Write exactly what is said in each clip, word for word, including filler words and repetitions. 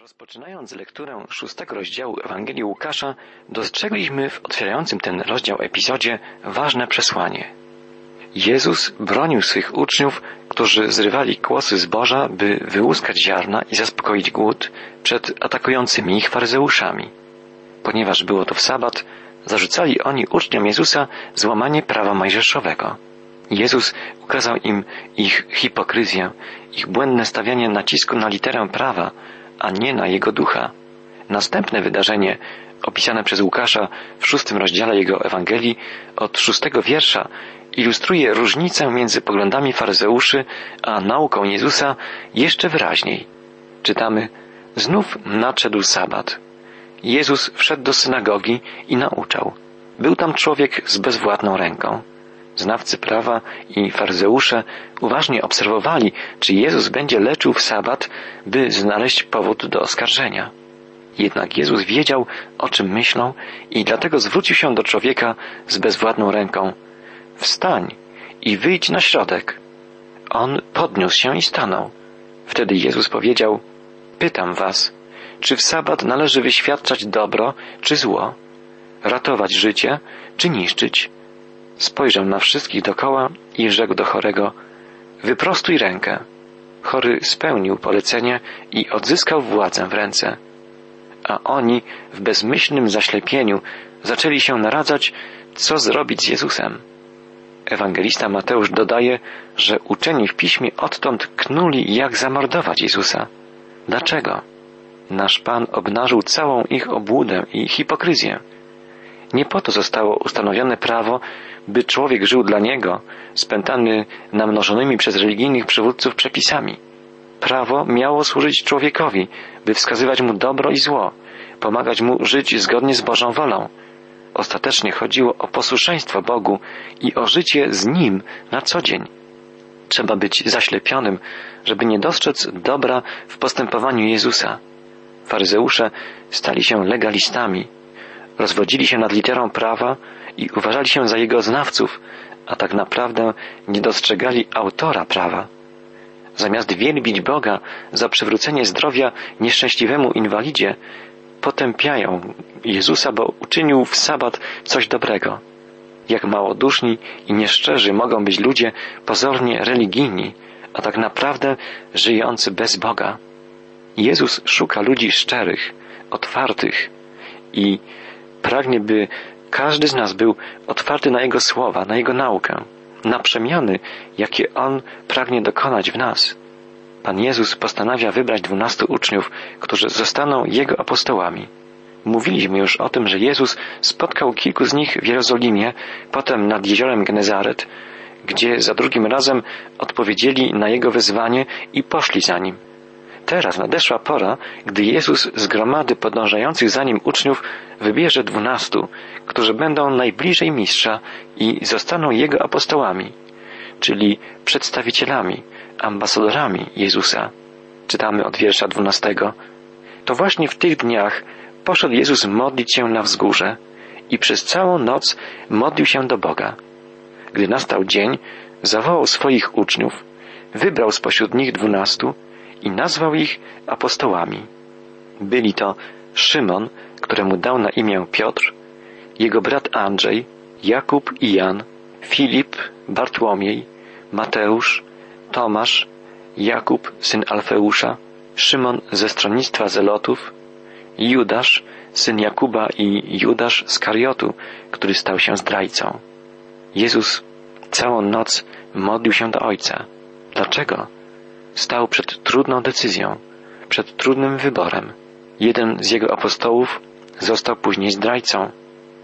Rozpoczynając lekturę szóstego rozdziału Ewangelii Łukasza, dostrzegliśmy w otwierającym ten rozdział epizodzie ważne przesłanie. Jezus bronił swych uczniów, którzy zrywali kłosy zboża, by wyłuskać ziarna i zaspokoić głód przed atakującymi ich faryzeuszami. Ponieważ było to w sabat, zarzucali oni uczniom Jezusa złamanie prawa mojżeszowego. Jezus ukazał im ich hipokryzję, ich błędne stawianie nacisku na literę prawa, a nie na jego ducha. Następne wydarzenie, opisane przez Łukasza w szóstym rozdziale jego Ewangelii, od szóstego wiersza, ilustruje różnicę między poglądami faryzeuszy a nauką Jezusa jeszcze wyraźniej. Czytamy: znów nadszedł sabat. Jezus wszedł do synagogi i nauczał. Był tam człowiek z bezwładną ręką. Znawcy prawa i faryzeusze uważnie obserwowali, czy Jezus będzie leczył w sabat, by znaleźć powód do oskarżenia. Jednak Jezus wiedział, o czym myślą, i dlatego zwrócił się do człowieka z bezwładną ręką. Wstań i wyjdź na środek. On podniósł się i stanął. Wtedy Jezus powiedział: pytam was, czy w sabat należy wyświadczać dobro czy zło, ratować życie czy niszczyć? Spojrzał na wszystkich dokoła i rzekł do chorego: wyprostuj rękę. Chory spełnił polecenie i odzyskał władzę w ręce. A oni w bezmyślnym zaślepieniu zaczęli się naradzać, co zrobić z Jezusem. Ewangelista Mateusz dodaje, że uczeni w piśmie odtąd knuli, jak zamordować Jezusa. Dlaczego? Nasz Pan obnażył całą ich obłudę i hipokryzję. Nie po to zostało ustanowione prawo, by człowiek żył dla Niego, spętany namnożonymi przez religijnych przywódców przepisami. Prawo miało służyć człowiekowi, by wskazywać mu dobro i zło, pomagać mu żyć zgodnie z Bożą wolą. Ostatecznie chodziło o posłuszeństwo Bogu i o życie z Nim na co dzień. Trzeba być zaślepionym, żeby nie dostrzec dobra w postępowaniu Jezusa. Faryzeusze stali się legalistami, rozwodzili się nad literą prawa i uważali się za jego znawców, a tak naprawdę nie dostrzegali autora prawa. Zamiast wielbić Boga za przywrócenie zdrowia nieszczęśliwemu inwalidzie, potępiają Jezusa, bo uczynił w sabat coś dobrego. Jak małoduszni i nieszczerzy mogą być ludzie pozornie religijni, a tak naprawdę żyjący bez Boga. Jezus szuka ludzi szczerych, otwartych i pragnie, by każdy z nas był otwarty na Jego słowa, na Jego naukę, na przemiany, jakie On pragnie dokonać w nas. Pan Jezus postanawia wybrać dwunastu uczniów, którzy zostaną Jego apostołami. Mówiliśmy już o tym, że Jezus spotkał kilku z nich w Jerozolimie, potem nad jeziorem Genezaret, gdzie za drugim razem odpowiedzieli na Jego wezwanie i poszli za Nim. Teraz nadeszła pora, gdy Jezus z gromady podążających za Nim uczniów wybierze dwunastu, którzy będą najbliżej Mistrza i zostaną Jego apostołami, czyli przedstawicielami, ambasadorami Jezusa. Czytamy od wiersza dwunastego. To właśnie w tych dniach poszedł Jezus modlić się na wzgórze i przez całą noc modlił się do Boga. Gdy nastał dzień, zawołał swoich uczniów, wybrał spośród nich dwunastu i nazwał ich apostołami. Byli to Szymon, któremu dał na imię Piotr, jego brat Andrzej, Jakub i Jan, Filip, Bartłomiej, Mateusz, Tomasz, Jakub, syn Alfeusza, Szymon ze stronnictwa Zelotów, Judasz, syn Jakuba i Judasz z Kariotu, który stał się zdrajcą. Jezus całą noc modlił się do Ojca. Dlaczego? Stał przed trudną decyzją, przed trudnym wyborem. Jeden z Jego apostołów został później zdrajcą.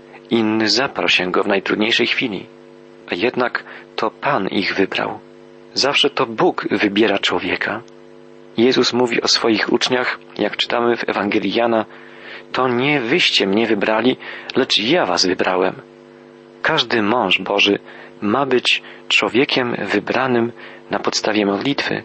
Inny zaparł się Go w najtrudniejszej chwili. A jednak to Pan ich wybrał. Zawsze to Bóg wybiera człowieka. Jezus mówi o swoich uczniach, jak czytamy w Ewangelii Jana: to nie wyście mnie wybrali, lecz ja was wybrałem. Każdy mąż Boży ma być człowiekiem wybranym na podstawie modlitwy.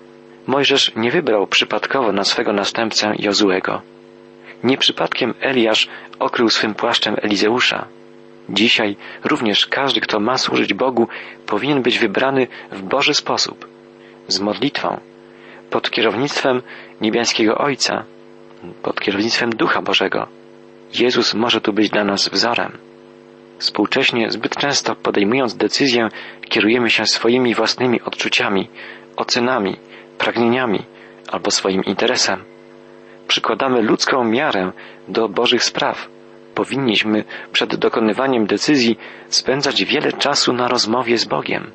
Mojżesz nie wybrał przypadkowo na swego następcę Jozuego. Nie przypadkiem Eliasz okrył swym płaszczem Elizeusza. Dzisiaj również każdy, kto ma służyć Bogu, powinien być wybrany w Boży sposób, z modlitwą, pod kierownictwem niebiańskiego Ojca pod kierownictwem Ducha Bożego. Jezus może tu być dla nas wzorem. Współcześnie zbyt często podejmując decyzję kierujemy się swoimi własnymi odczuciami, ocenami, pragnieniami albo swoim interesem. Przykładamy ludzką miarę do Bożych spraw. Powinniśmy przed dokonywaniem decyzji spędzać wiele czasu na rozmowie z Bogiem.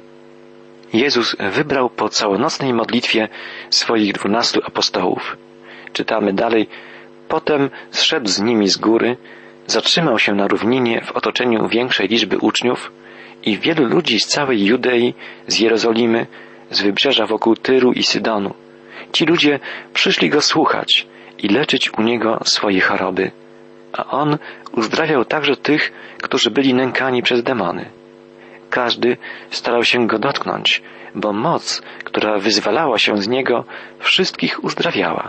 Jezus wybrał po całonocnej modlitwie swoich dwunastu apostołów. Czytamy dalej: potem zszedł z nimi z góry, zatrzymał się na równinie w otoczeniu większej liczby uczniów i wielu ludzi z całej Judei, z Jerozolimy, z wybrzeża wokół Tyru i Sydonu. Ci ludzie przyszli Go słuchać i leczyć u Niego swoje choroby, a On uzdrawiał także tych, którzy byli nękani przez demony. Każdy starał się Go dotknąć, bo moc, która wyzwalała się z Niego, wszystkich uzdrawiała.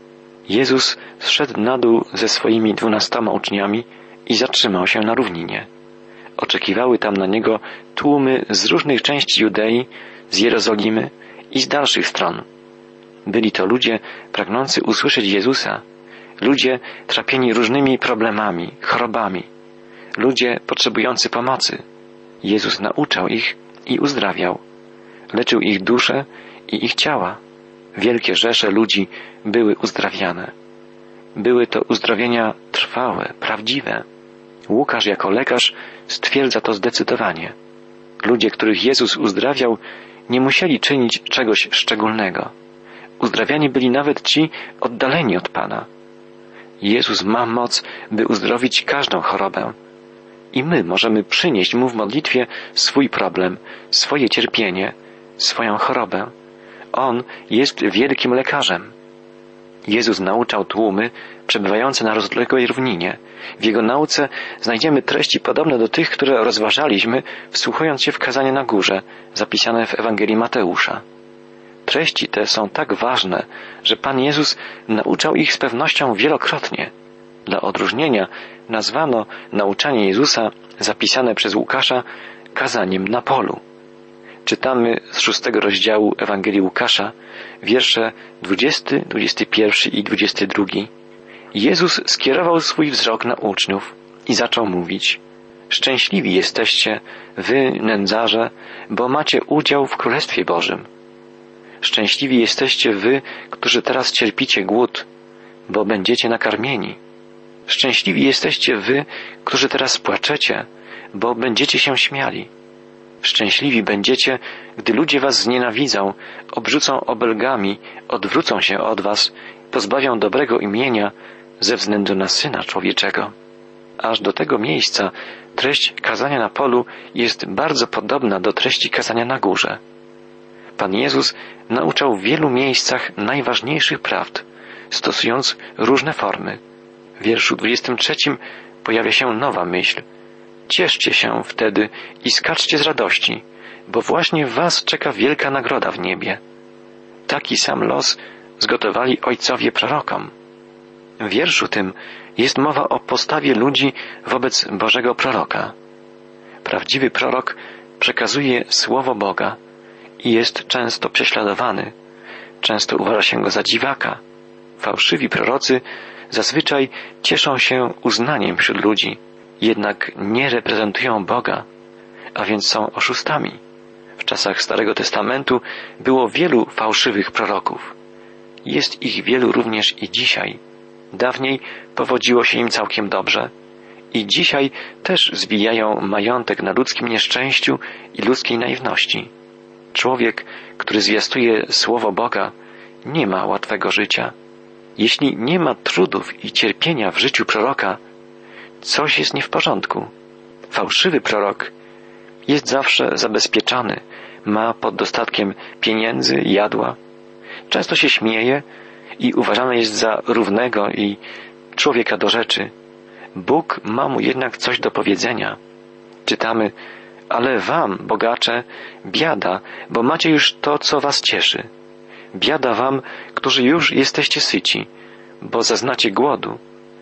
Jezus zszedł na dół ze swoimi dwunastoma uczniami i zatrzymał się na równinie. Oczekiwały tam na Niego tłumy z różnych części Judei, z Jerozolimy i z dalszych stron. Byli to ludzie pragnący usłyszeć Jezusa, ludzie trapieni różnymi problemami, chorobami, ludzie potrzebujący pomocy. Jezus nauczał ich i uzdrawiał. Leczył ich dusze i ich ciała. Wielkie rzesze ludzi były uzdrawiane. Były to uzdrowienia trwałe, prawdziwe. Łukasz jako lekarz stwierdza to zdecydowanie. Ludzie, których Jezus uzdrawiał, nie musieli czynić czegoś szczególnego. Uzdrawiani byli nawet ci oddaleni od Pana. Jezus ma moc, by uzdrowić każdą chorobę. I my możemy przynieść Mu w modlitwie swój problem, swoje cierpienie, swoją chorobę. On jest wielkim lekarzem. Jezus nauczał tłumy przebywające na rozległej równinie. W Jego nauce znajdziemy treści podobne do tych, które rozważaliśmy, wsłuchując się w kazanie na górze, zapisane w Ewangelii Mateusza. Treści te są tak ważne, że Pan Jezus nauczał ich z pewnością wielokrotnie. Dla odróżnienia nazwano nauczanie Jezusa zapisane przez Łukasza kazaniem na polu. Czytamy z szóstego rozdziału Ewangelii Łukasza, wiersze dwudziesty, dwudziesty pierwszy i dwudziesty drugi. Jezus skierował swój wzrok na uczniów i zaczął mówić: szczęśliwi jesteście, wy, nędzarze, bo macie udział w Królestwie Bożym. Szczęśliwi jesteście wy, którzy teraz cierpicie głód, bo będziecie nakarmieni. Szczęśliwi jesteście wy, którzy teraz płaczecie, bo będziecie się śmiali. Szczęśliwi będziecie, gdy ludzie was znienawidzą, obrzucą obelgami, odwrócą się od was, pozbawią dobrego imienia ze względu na Syna Człowieczego. Aż do tego miejsca treść kazania na polu jest bardzo podobna do treści kazania na górze. Pan Jezus nauczał w wielu miejscach najważniejszych prawd, stosując różne formy. W wierszu dwudziestym trzecim pojawia się nowa myśl. Cieszcie się wtedy i skaczcie z radości, bo właśnie was czeka wielka nagroda w niebie. Taki sam los zgotowali ojcowie prorokom. W wierszu tym jest mowa o postawie ludzi wobec Bożego proroka. Prawdziwy prorok przekazuje słowo Boga i jest często prześladowany. Często uważa się go za dziwaka. Fałszywi prorocy zazwyczaj cieszą się uznaniem wśród ludzi, jednak nie reprezentują Boga, a więc są oszustami. W czasach Starego Testamentu było wielu fałszywych proroków. Jest ich wielu również i dzisiaj. Dawniej powodziło się im całkiem dobrze i dzisiaj też zbijają majątek na ludzkim nieszczęściu i ludzkiej naiwności. Człowiek, który zwiastuje słowo Boga, nie ma łatwego życia. Jeśli nie ma trudów i cierpienia w życiu proroka, coś jest nie w porządku. Fałszywy prorok jest zawsze zabezpieczony, ma pod dostatkiem pieniędzy, jadła, często się śmieje i uważany jest za równego i człowieka do rzeczy. Bóg ma mu jednak coś do powiedzenia. Czytamy: ale wam, bogacze, biada, bo macie już to, co was cieszy. Biada wam, którzy już jesteście syci, bo zaznacie głodu.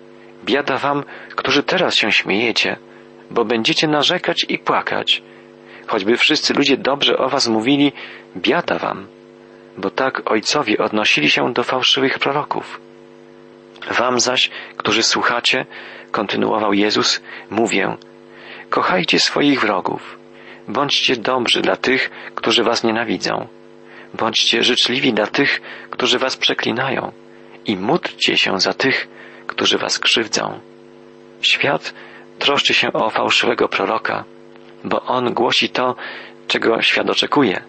Biada wam, którzy teraz się śmiejecie, bo będziecie narzekać i płakać. Choćby wszyscy ludzie dobrze o was mówili, biada wam, bo tak ojcowie odnosili się do fałszywych proroków. Wam zaś, którzy słuchacie, kontynuował Jezus, mówię, kochajcie swoich wrogów, bądźcie dobrzy dla tych, którzy was nienawidzą, bądźcie życzliwi dla tych, którzy was przeklinają i módlcie się za tych, którzy was krzywdzą. Świat troszczy się o fałszywego proroka, bo on głosi to, czego świat oczekuje,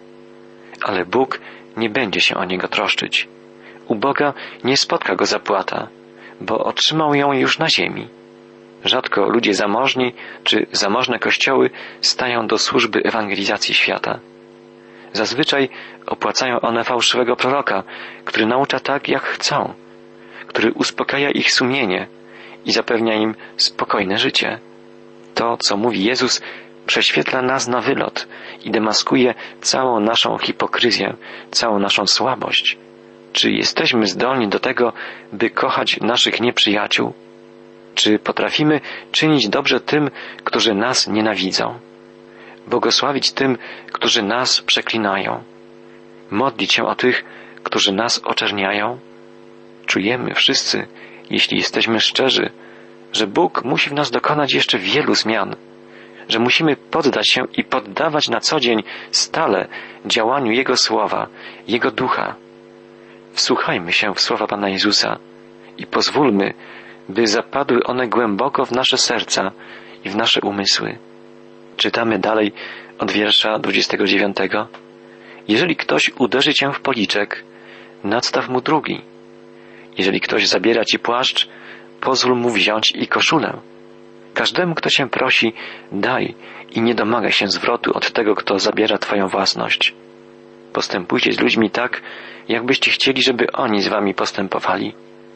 ale Bóg nie będzie się o niego troszczyć. U Boga nie spotka go zapłata, bo otrzymał ją już na ziemi. Rzadko ludzie zamożni czy zamożne kościoły stają do służby ewangelizacji świata. Zazwyczaj opłacają one fałszywego proroka, który naucza tak, jak chcą, który uspokaja ich sumienie i zapewnia im spokojne życie. To, co mówi Jezus, prześwietla nas na wylot i demaskuje całą naszą hipokryzję, całą naszą słabość. Czy jesteśmy zdolni do tego, by kochać naszych nieprzyjaciół? Czy potrafimy czynić dobrze tym, którzy nas nienawidzą? Błogosławić tym, którzy nas przeklinają? Modlić się o tych, którzy nas oczerniają? Czujemy wszyscy, jeśli jesteśmy szczerzy, że Bóg musi w nas dokonać jeszcze wielu zmian, że musimy poddać się i poddawać na co dzień stale działaniu Jego Słowa, Jego Ducha. Wsłuchajmy się w słowa Pana Jezusa i pozwólmy, by zapadły one głęboko w nasze serca i w nasze umysły. Czytamy dalej od wiersza dwudziestego dziewiątego. Jeżeli ktoś uderzy cię w policzek, nadstaw mu drugi. Jeżeli ktoś zabiera ci płaszcz, pozwól mu wziąć i koszulę. Każdemu, kto cię prosi, daj i nie domagaj się zwrotu od tego, kto zabiera twoją własność. Postępujcie z ludźmi tak, jakbyście chcieli, żeby oni z wami postępowali.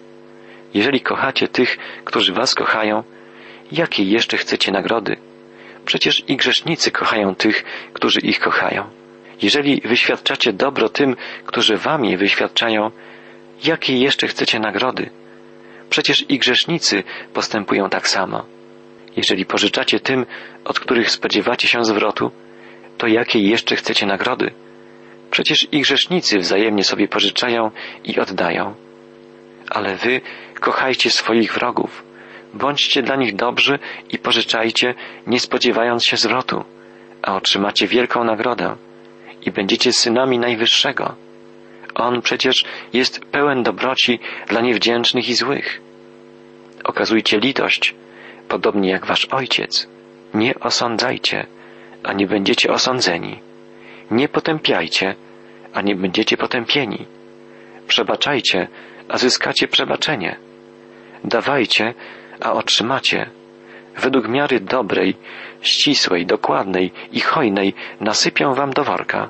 Jeżeli kochacie tych, którzy was kochają, jakie jeszcze chcecie nagrody? Przecież i grzesznicy kochają tych, którzy ich kochają. Jeżeli wyświadczacie dobro tym, którzy wam je wyświadczają, jakie jeszcze chcecie nagrody? Przecież i grzesznicy postępują tak samo. Jeżeli pożyczacie tym, od których spodziewacie się zwrotu, to jakie jeszcze chcecie nagrody? Przecież i grzesznicy wzajemnie sobie pożyczają i oddają. Ale wy kochajcie swoich wrogów, bądźcie dla nich dobrzy i pożyczajcie, nie spodziewając się zwrotu, a otrzymacie wielką nagrodę i będziecie synami Najwyższego. On przecież jest pełen dobroci dla niewdzięcznych i złych. Okazujcie litość, podobnie jak wasz Ojciec. Nie osądzajcie, a nie będziecie osądzeni. Nie potępiajcie, a nie będziecie potępieni. Przebaczajcie, a zyskacie przebaczenie. Dawajcie, a otrzymacie. Według miary dobrej, ścisłej, dokładnej i hojnej nasypią wam do worka.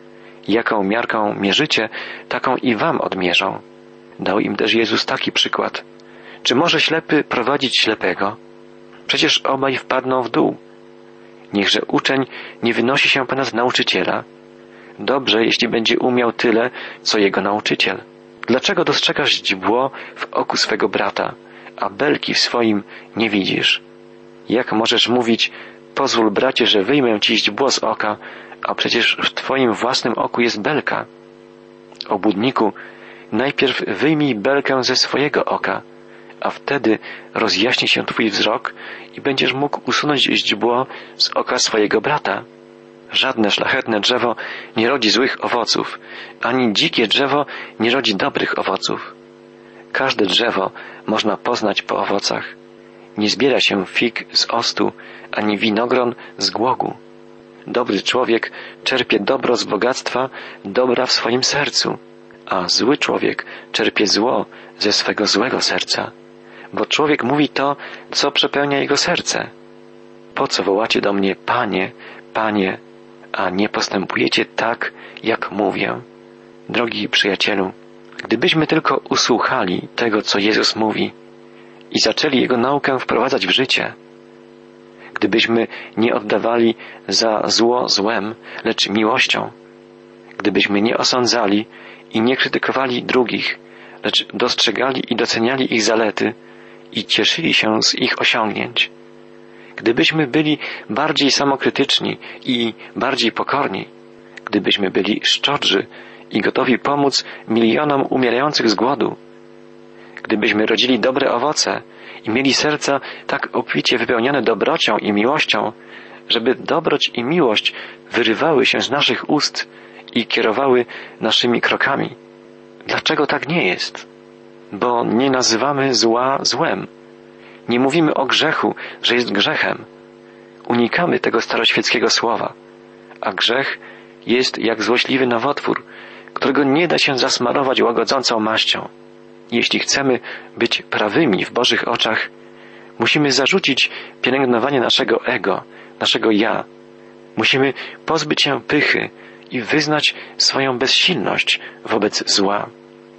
Jaką miarką mierzycie, taką i wam odmierzą. Dał im też Jezus taki przykład. Czy może ślepy prowadzić ślepego? Przecież obaj wpadną w dół. Niechże uczeń nie wynosi się ponad nauczyciela. Dobrze, jeśli będzie umiał tyle, co jego nauczyciel. Dlaczego dostrzegasz źdźbło w oku swego brata, a belki w swoim nie widzisz? Jak możesz mówić, pozwól bracie, że wyjmę ci źdźbło z oka, a przecież w twoim własnym oku jest belka? Obłudniku, najpierw wyjmij belkę ze swojego oka, a wtedy rozjaśni się twój wzrok i będziesz mógł usunąć źdźbło z oka swojego brata. Żadne szlachetne drzewo nie rodzi złych owoców, ani dzikie drzewo nie rodzi dobrych owoców. Każde drzewo można poznać po owocach. Nie zbiera się fig z ostu, ani winogron z głogu. Dobry człowiek czerpie dobro z bogactwa dobra w swoim sercu, a zły człowiek czerpie zło ze swego złego serca. Bo człowiek mówi to, co przepełnia jego serce. Po co wołacie do mnie, Panie, Panie, a nie postępujecie tak, jak mówię? Drogi przyjacielu, gdybyśmy tylko usłuchali tego, co Jezus mówi i zaczęli Jego naukę wprowadzać w życie, gdybyśmy nie oddawali za zło złem, lecz miłością, gdybyśmy nie osądzali i nie krytykowali drugich, lecz dostrzegali i doceniali ich zalety i cieszyli się z ich osiągnięć, gdybyśmy byli bardziej samokrytyczni i bardziej pokorni, gdybyśmy byli szczodrzy i gotowi pomóc milionom umierających z głodu, gdybyśmy rodzili dobre owoce i mieli serca tak obficie wypełnione dobrocią i miłością, żeby dobroć i miłość wyrywały się z naszych ust i kierowały naszymi krokami. Dlaczego tak nie jest? Bo nie nazywamy zła złem. Nie mówimy o grzechu, że jest grzechem. Unikamy tego staroświeckiego słowa. A grzech jest jak złośliwy nowotwór, którego nie da się zasmarować łagodzącą maścią. Jeśli chcemy być prawymi w Bożych oczach, musimy zarzucić pielęgnowanie naszego ego, naszego ja. Musimy pozbyć się pychy i wyznać swoją bezsilność wobec zła.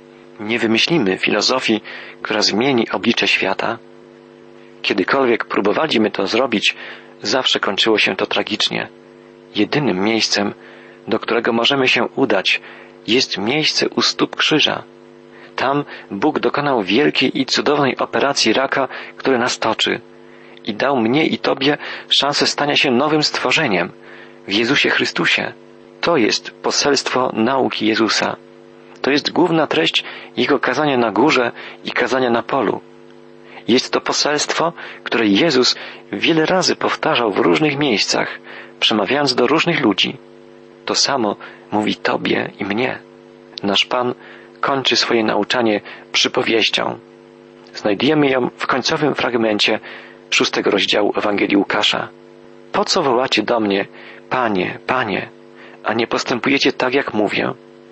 Nie wymyślimy filozofii, która zmieni oblicze świata. Kiedykolwiek próbowaliśmy to zrobić, zawsze kończyło się to tragicznie. Jedynym miejscem, do którego możemy się udać, jest miejsce u stóp krzyża. Tam Bóg dokonał wielkiej i cudownej operacji raka, który nas toczy, i dał mnie i Tobie szansę stania się nowym stworzeniem w Jezusie Chrystusie. To jest poselstwo nauki Jezusa. To jest główna treść Jego kazania na górze i kazania na polu. Jest to poselstwo, które Jezus wiele razy powtarzał w różnych miejscach, przemawiając do różnych ludzi. To samo mówi Tobie i mnie. Nasz Pan kończy swoje nauczanie przypowieścią. Znajdujemy ją w końcowym fragmencie szóstego rozdziału Ewangelii Łukasza. Po co wołacie do mnie, Panie, Panie, a nie postępujecie tak, jak mówię?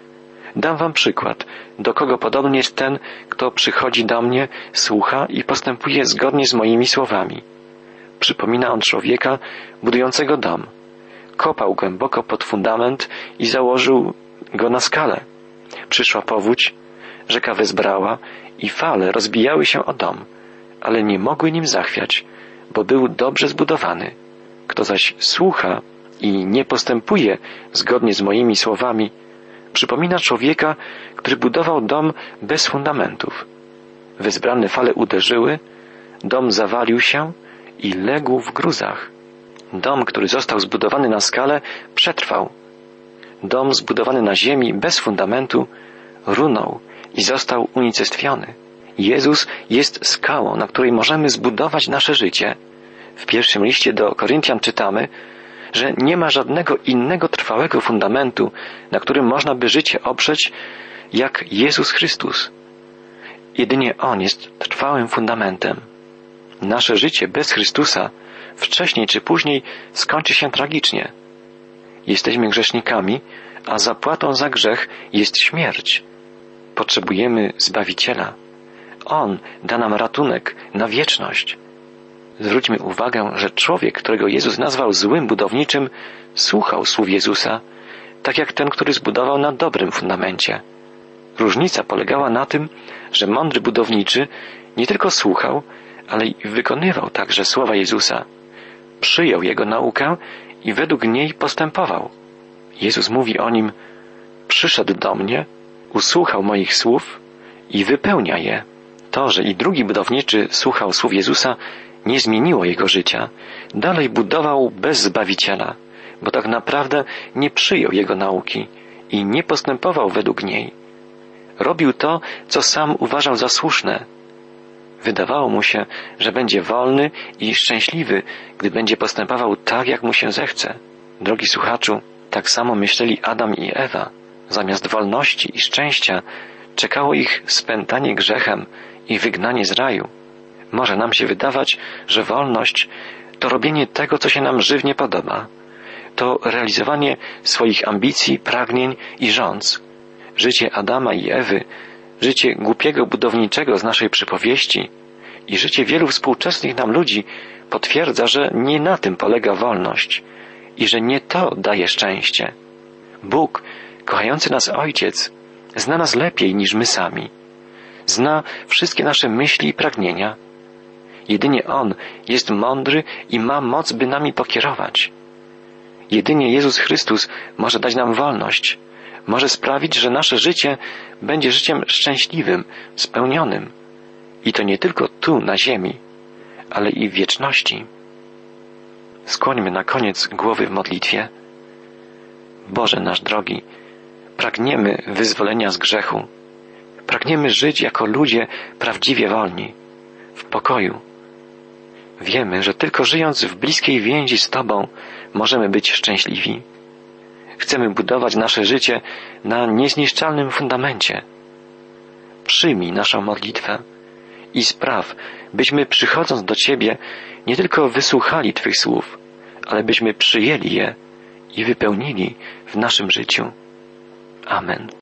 Dam wam przykład, do kogo podobny jest ten, kto przychodzi do mnie, słucha i postępuje zgodnie z moimi słowami. Przypomina on człowieka budującego dom. Kopał głęboko pod fundament i założył go na skalę. Przyszła powódź, rzeka wezbrała i fale rozbijały się o dom, ale nie mogły nim zachwiać, bo był dobrze zbudowany. Kto zaś słucha i nie postępuje zgodnie z moimi słowami, przypomina człowieka, który budował dom bez fundamentów. Wezbrane fale uderzyły, dom zawalił się i legł w gruzach. Dom, który został zbudowany na skale, przetrwał. Dom zbudowany na ziemi bez fundamentu runął i został unicestwiony. Jezus jest skałą, na której możemy zbudować nasze życie. W pierwszym liście do Koryntian czytamy, że nie ma żadnego innego trwałego fundamentu, na którym można by życie oprzeć, jak Jezus Chrystus. Jedynie On jest trwałym fundamentem. Nasze życie bez Chrystusa wcześniej czy później skończy się tragicznie. Jesteśmy grzesznikami, a zapłatą za grzech jest śmierć. Potrzebujemy Zbawiciela. On da nam ratunek na wieczność. Zwróćmy uwagę, że człowiek, którego Jezus nazwał złym budowniczym, słuchał słów Jezusa, tak jak ten, który zbudował na dobrym fundamencie. Różnica polegała na tym, że mądry budowniczy nie tylko słuchał, ale i wykonywał także słowa Jezusa. Przyjął Jego naukę i według niej postępował. Jezus mówi o nim: przyszedł do mnie, usłuchał moich słów i wypełnia je. To, że i drugi budowniczy słuchał słów Jezusa, nie zmieniło jego życia. Dalej budował bez Zbawiciela, bo tak naprawdę nie przyjął Jego nauki i nie postępował według niej. Robił to, co sam uważał za słuszne. Wydawało mu się, że będzie wolny i szczęśliwy, gdy będzie postępował tak, jak mu się zechce. Drogi słuchaczu, tak samo myśleli Adam i Ewa. Zamiast wolności i szczęścia czekało ich spętanie grzechem i wygnanie z raju. Może nam się wydawać, że wolność to robienie tego, co się nam żywnie podoba. To realizowanie swoich ambicji, pragnień i rządz. Życie Adama i Ewy, życie głupiego budowniczego z naszej przypowieści i życie wielu współczesnych nam ludzi potwierdza, że nie na tym polega wolność i że nie to daje szczęście. Bóg, kochający nas Ojciec, zna nas lepiej niż my sami. Zna wszystkie nasze myśli i pragnienia. Jedynie On jest mądry i ma moc, by nami pokierować. Jedynie Jezus Chrystus może dać nam wolność, może sprawić, że nasze życie będzie życiem szczęśliwym, spełnionym. I to nie tylko tu, na ziemi, ale i w wieczności. Skłońmy na koniec głowy w modlitwie. Boże nasz drogi, pragniemy wyzwolenia z grzechu. Pragniemy Pragniemy żyć jako ludzie prawdziwie wolni, w pokoju. Wiemy, że tylko żyjąc w bliskiej więzi z Tobą możemy być szczęśliwi. Chcemy budować nasze życie na niezniszczalnym fundamencie. Przyjmij naszą modlitwę i spraw, byśmy przychodząc do Ciebie nie tylko wysłuchali Twych słów, ale byśmy przyjęli je i wypełnili w naszym życiu. Amen.